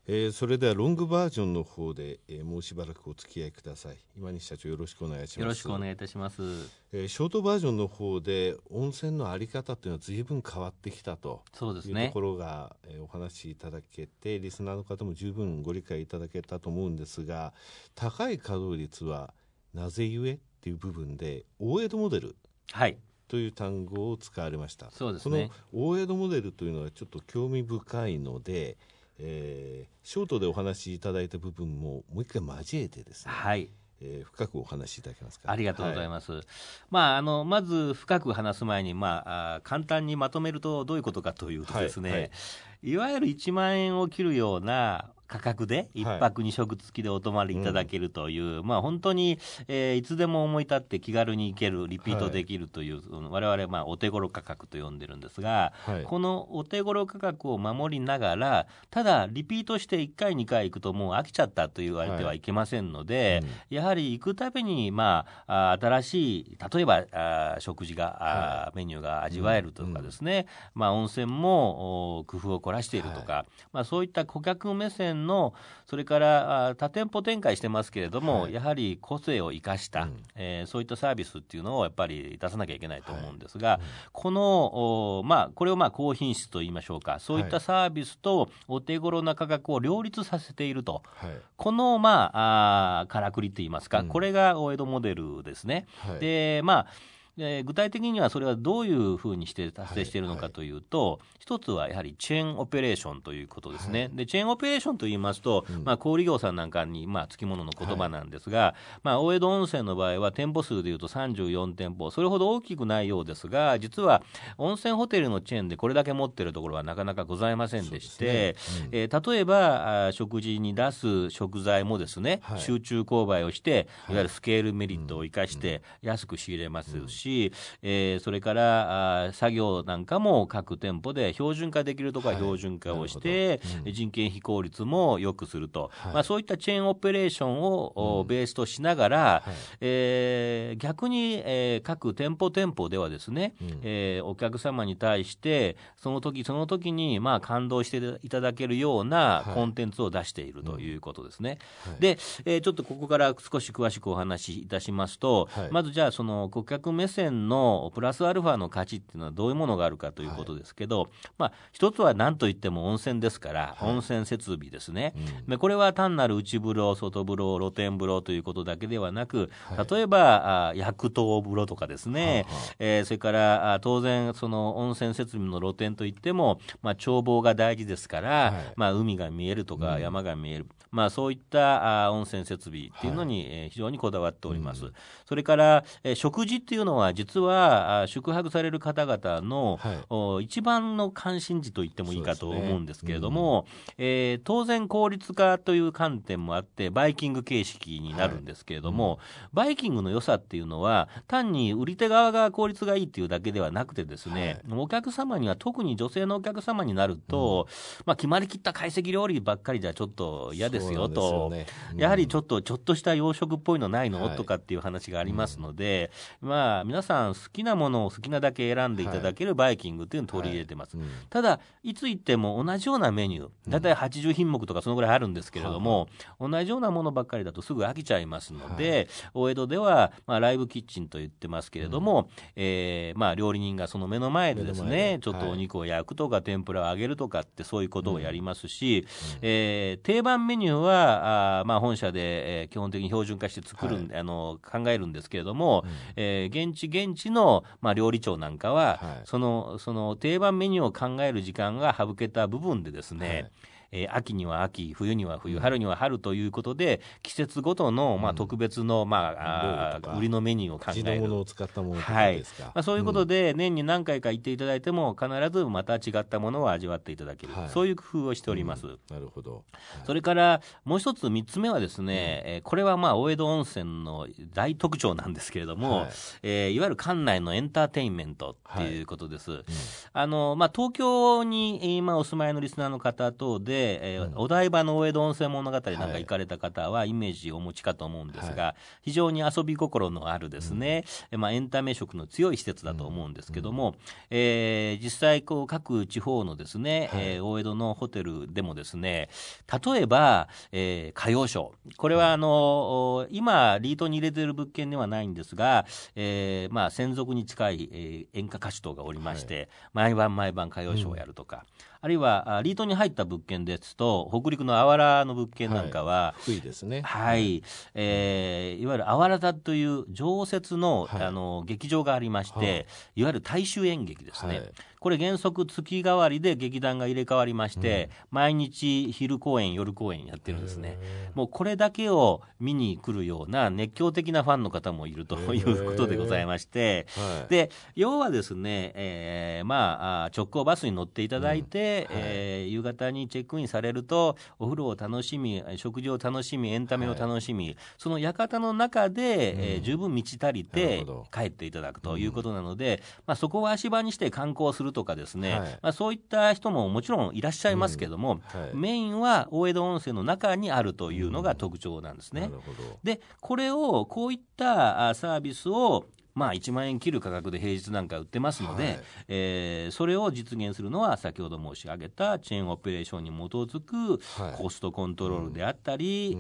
それではロングバージョンの方で、もうしばらくお付き合いください。今西社長、よろしくお願いします。 よろしくお願いいたします。 ショートバージョンの方で温泉のあり方というのは随分変わってきたというところが、お話しいただけて、リスナーの方も十分ご理解いただけたと思うんですが、高い稼働率はなぜゆえっていう部分で大江戸モデル、という単語を使われました。 そうですね。 この大江戸モデルというのはちょっと興味深いので、ショートでお話しいただいた部分ももう一回交えてですね、深くお話しいただけますか。 ありがとうございます。まず深く話す前に、簡単にまとめるとどういうことかというとですね、いわゆる1万円を切るような価格で1泊2食付きでお泊まりいただけるという、本当に、いつでも思い立って気軽に行ける、リピートできるという、我々お手頃価格と呼んでるんですが、このお手頃価格を守りながら、ただリピートして1回2回行くともう飽きちゃったと言われてはいけませんので、やはり行くたびに、新しい例えば食事が、メニューが味わえるとかですね、温泉も工夫を凝らしているとか、そういった顧客目線の、それから多店舗展開してますけれども、やはり個性を生かした、そういったサービスっていうのをやっぱり出さなきゃいけないと思うんですが、この、これを高品質と言いましょうか、そういったサービスとお手頃な価格を両立させていると、このからくりといいますか、これが大江戸モデルですね。で具体的にはそれはどういうふうにして達成しているのかというと、一つはやはりチェーンオペレーションということですね。でチェーンオペレーションといいますと、小売業さんなんかにつきものの言葉なんですが、大江戸温泉の場合は店舗数でいうと34店舗、それほど大きくないようですが、実は温泉ホテルのチェーンでこれだけ持っているところはなかなかございませんでして、例えば食事に出す食材もですね、集中購買をして、いわゆるスケールメリットを生かして安く仕入れますし、それから作業なんかも各店舗で標準化できるところは標準化をして、人件費効率も良くすると、そういったチェーンオペレーションをベースとしながら、逆に、各店舗ではですね、お客様に対してその時その時に感動していただけるようなコンテンツを出しているということですね。で、ちょっとここから少し詳しくお話しいたしますと、まずじゃあその顧客目線のプラスアルファの価値っていうのはどういうものがあるかということですけど、一つは何といっても温泉ですから、温泉設備ですね。でこれは単なる内風呂、外風呂、露天風呂ということだけではなく、例えば薬湯風呂とかですね、それから当然その温泉設備の露天といっても、眺望が大事ですから、海が見えるとか山が見える、そういった温泉設備っていうのに非常にこだわっております。それから食事っていうのは実は宿泊される方々の、一番の関心事と言ってもいいかと思うんですけれども、当然効率化という観点もあってバイキング形式になるんですけれども、バイキングの良さっていうのは単に売り手側が効率がいいっていうだけではなくてですね、お客様には特に女性のお客様になると、決まりきった懐石料理ばっかりじゃちょっと嫌ですよと、やはりちょっとした洋食っぽいのないの、とかっていう話がありますので、皆さん好きなものを好きなだけ選んでいただけるバイキングっていうのを取り入れてます。ただいつ行っても同じようなメニュー、だいたい80品目とかそのぐらいあるんですけれども、同じようなものばっかりだとすぐ飽きちゃいますので、大江戸では、ライブキッチンと言ってますけれども、料理人がその目の前でですね、ちょっとお肉を焼くとか天ぷらを揚げるとかってそういうことをやりますし、定番メニューは本社で、基本的に標準化して作る、考えるんですけれども、現地の、料理長なんかは、その定番メニューを考える時間が省けた部分でですね、秋には秋、冬には冬、春には春ということで季節ごとの、特別の、売りのメニューを考える、 地のものを使ったものとかですか。 そういうことで、年に何回か行っていただいても必ずまた違ったものを味わっていただける、そういう工夫をしております。 なるほど。 それからもう一つ、3つ目はですね、これは大江戸温泉の大特徴なんですけれども、いわゆる館内のエンターテインメントっていうことです。東京に今お住まいのリスナーの方等でで、お台場の大江戸温泉物語なんか行かれた方はイメージをお持ちかと思うんですが、非常に遊び心のあるですね、エンタメ色の強い施設だと思うんですけども、実際こう各地方のですね、大江戸のホテルでもですね、例えば、歌謡ショー、これは今リートに入れている物件ではないんですが、専属に近い、演歌歌手等がおりまして、毎晩歌謡ショーをやるとか、あるいはリートに入った物件ですと、北陸のあわらの物件なんかは、 福井ですね、 いわゆるあわら座という常設の、劇場がありまして、いわゆる大衆演劇ですね、これ原則月替わりで劇団が入れ替わりまして、毎日昼公演夜公演やってるんですね。もうこれだけを見に来るような熱狂的なファンの方もいるということでございまして、で要はですね、直行バスに乗っていただいて、夕方にチェックインされるとお風呂を楽しみ、食事を楽しみ、エンタメを楽しみ、その館の中で、十分満ち足りて帰っていただくということなので、そこを足場にして観光するとかですね、そういった人ももちろんいらっしゃいますけども、メインは大江戸温泉の中にあるというのが特徴なんですね。でこういったサービスを1万円切る価格で平日なんか売ってますので、それを実現するのは先ほど申し上げたチェーンオペレーションに基づくコストコントロールであったり、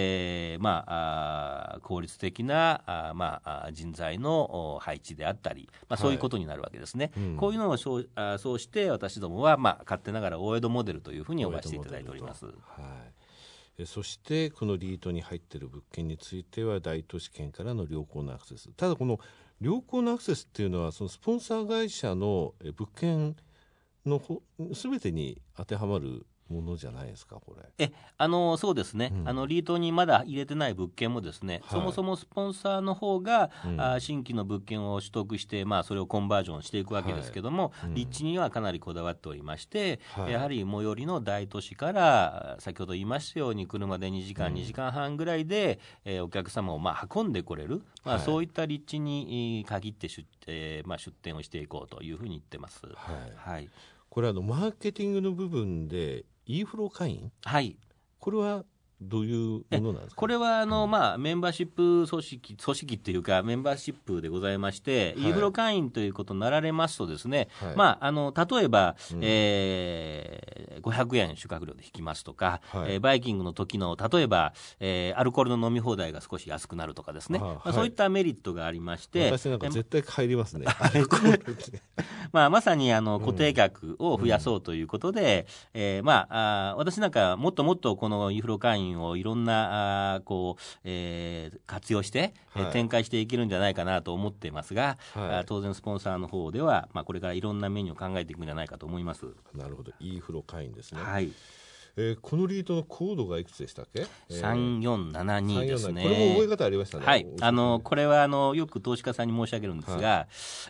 効率的な人材の配置であったり、そういうことになるわけですね。こういうのをそうして私どもは勝手ながら大江戸モデルというふうに呼ばせていただいております。 そしてこのリートに入っている物件については大都市圏からの良好なアクセス、ただこの良好なアクセスっていうのはそのスポンサー会社の物件の全てに当てはまるものじゃないですか、これ。 そうですね、リートにまだ入れてない物件もですね、そもそもスポンサーの方が、新規の物件を取得して、それをコンバージョンしていくわけですけども、立地にはかなりこだわっておりまして、やはり最寄りの大都市から先ほど言いましたように車で2時間、2時間半ぐらいで、お客様を運んでこれる、そういった立地に限って出店をしていこうというふうに言ってます。 これマーケティングの部分でEフロー会員、これはどういうものなんですか。 これはメンバーシップ組織っていうかメンバーシップでございまして、Eフロー会員ということになられますとですね、例えば、500円宿泊料で引きますとか、バイキングの時の例えば、アルコールの飲み放題が少し安くなるとかですね、そういったメリットがありまして、 私なんか絶対帰りますねまさに固定客を増やそうということで、私なんかもっともっとこのEフロー会員をいろんな活用して、展開していけるんじゃないかなと思っていますが、当然スポンサーの方では、これからいろんなメニューを考えていくんじゃないかと思います。 なるほど、Eフロー会員ですね。このリートのコードがいくつでしたっけ。 3472ですね。 これも覚え方ありましたね。 これはよく投資家さんに申し上げるんですが、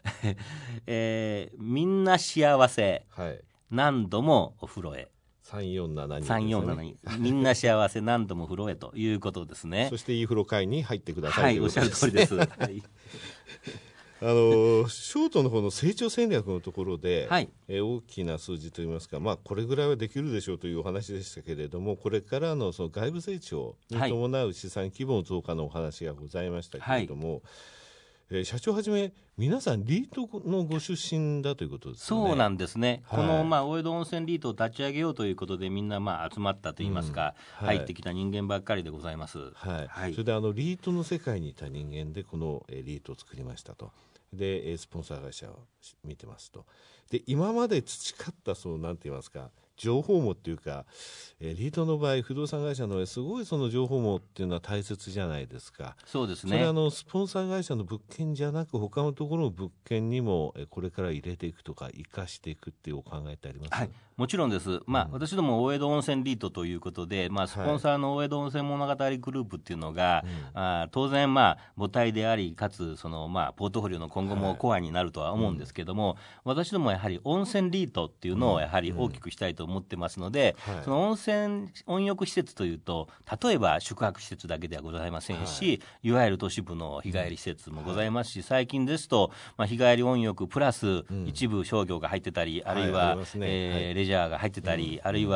みんな幸せ、何度もお風呂へ。3472、みんな幸せ何度も風呂へということですね。 そしていい風呂会に入ってください、 おっしゃる通りです。 ショートの方の成長戦略のところで、大きな数字といいますか、これぐらいはできるでしょうというお話でしたけれども、これからのその外部成長に伴う資産規模増加のお話がございましたけれども、社長はじめ皆さんリートのご出身だということですね。 そうなんですね、この大江戸温泉リートを立ち上げようということでみんな集まったといいますか、入ってきた人間ばっかりでございます。それでリートの世界にいた人間でこのリートを作りましたと。でスポンサー会社を見てますと。で今まで培ったなんて言いますか、情報網っていうか、リートの場合不動産会社の場合すごいその情報網っていうのは大切じゃないですか。 そうですね。 それスポンサー会社の物件じゃなく他のところの物件にもこれから入れていくとか生かしていくっていうお考えってありますか。 もちろんです。私ども大江戸温泉リートということで、スポンサーの大江戸温泉物語グループっていうのが、当然母体でありかつポートフォリオの今後もコアになるとは思うんですけども、私どもやはり温泉リートっていうのをやはり大きくしたいと思ってますので、その温浴施設というと例えば宿泊施設だけではございませんし、いわゆる都市部の日帰り施設もございますし、最近ですと、日帰り温浴プラス一部商業が入ってたり、あるいはレジャーが入ってたり、あるいは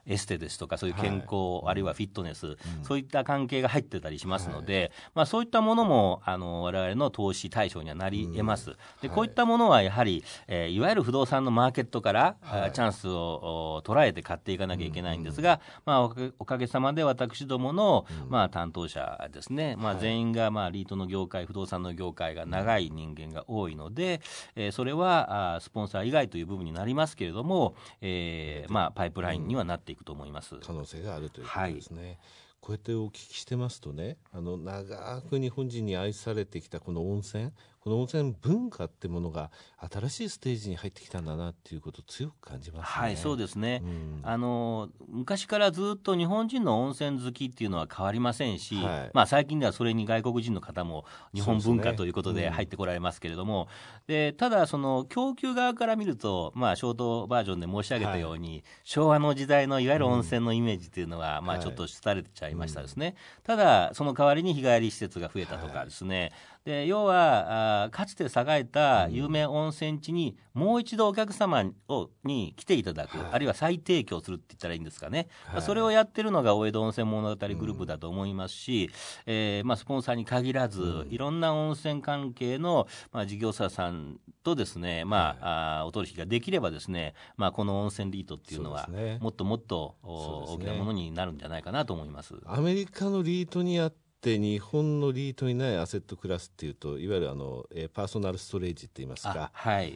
エステですとか、そういう健康、あるいはフィットネス、そういった関係が入ってたりしますので、そういったものも我々の投資対象にはなり得ます。でこういったものはやはり、いわゆる不動産のマーケットから、チャンスを捉えて買っていかなきゃいけないんですが、おかげさまで私どもの、担当者ですね、全員が、リートの業界、不動産の業界が長い人間が多いので、それはスポンサー以外という部分になりますけれども、パイプラインにはなっていくと思います。 可能性があるということですね。こうやってお聞きしてますとね、長く日本人に愛されてきたこの温泉文化ってものが新しいステージに入ってきたんだなっていうことを強く感じますね。 はい、そうですね、昔からずっと日本人の温泉好きっていうのは変わりませんし、最近ではそれに外国人の方も日本文化ということで入ってこられますけれども、でただその供給側から見ると、ショートバージョンで申し上げたように、昭和の時代のいわゆる温泉のイメージっていうのは、ちょっと廃れちゃいましたですね。ただその代わりに日帰り施設が増えたとかですね、で要はかつて栄えた有名温泉地にもう一度お客様に来ていただく、あるいは再提供するって言ったらいいんですかね、それをやってるのが大江戸温泉物語グループだと思いますし、スポンサーに限らず、いろんな温泉関係の、事業者さんとですね、お取引ができればですね、この温泉リートっていうのはもっともっと大きなものになるんじゃないかなと思います。 アメリカのリートにあって日本のリートにないアセットクラスっていうと、いわゆるパーソナルストレージって言いますか、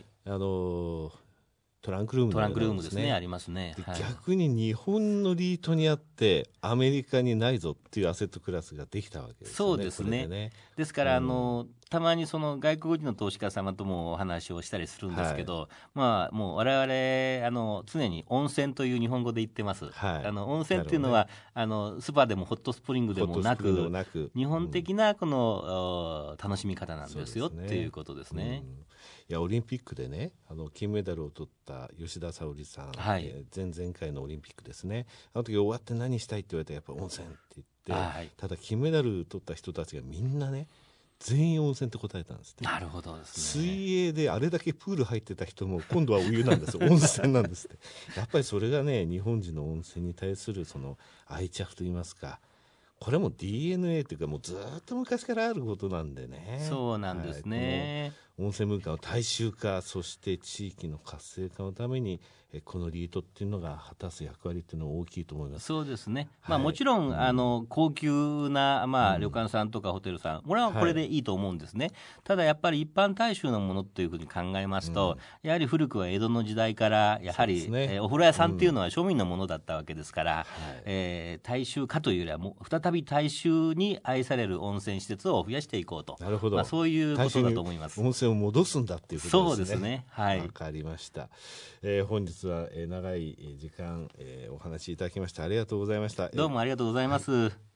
トランクルームのようなトランクルームですね、ありますね。 逆に日本のリートにあってアメリカにないぞっていうアセットクラスができたわけですね。 そうですね。ですから、たまにその外国人の投資家様ともお話をしたりするんですけど、もう我々常に温泉という日本語で言ってます。温泉っていうのは、スパでもホットスプリングでもなく、日本的なこの楽しみ方なんですよっていうことですね。 いやオリンピックでね、金メダルを取った吉田沙保里さん、前々回のオリンピックですね、あの時終わって何したいって言われたらやっぱ温泉って言って、ただ金メダル取った人たちがみんなね全員温泉って答えたんですって。 なるほどですね。水泳であれだけプール入ってた人も今度はお湯なんです温泉なんですって。やっぱりそれがね、日本人の温泉に対するその愛着といいますか、これも DNA というかもうずっと昔からあることなんでね。 そうなんですね。 温泉文化の大衆化、そして地域の活性化のためにこのリートっていうのが果たす役割っていうのは大きいと思います。 そうですね、もちろん、高級な、旅館さんとかホテルさん、これはこれでいいと思うんですね。ただやっぱり一般大衆のものっていうふうに考えますと、やはり古くは江戸の時代からやはり、お風呂屋さんっていうのは庶民のものだったわけですから、大衆化というよりはもう再び大衆に愛される温泉施設を増やしていこうと。 なるほど、 そういうことだと思います。 温泉を戻すんだっていうことですね。 そうですね。はい。 わかりました。本日は長い時間お話しいただきましてありがとうございました。 どうもありがとうございます。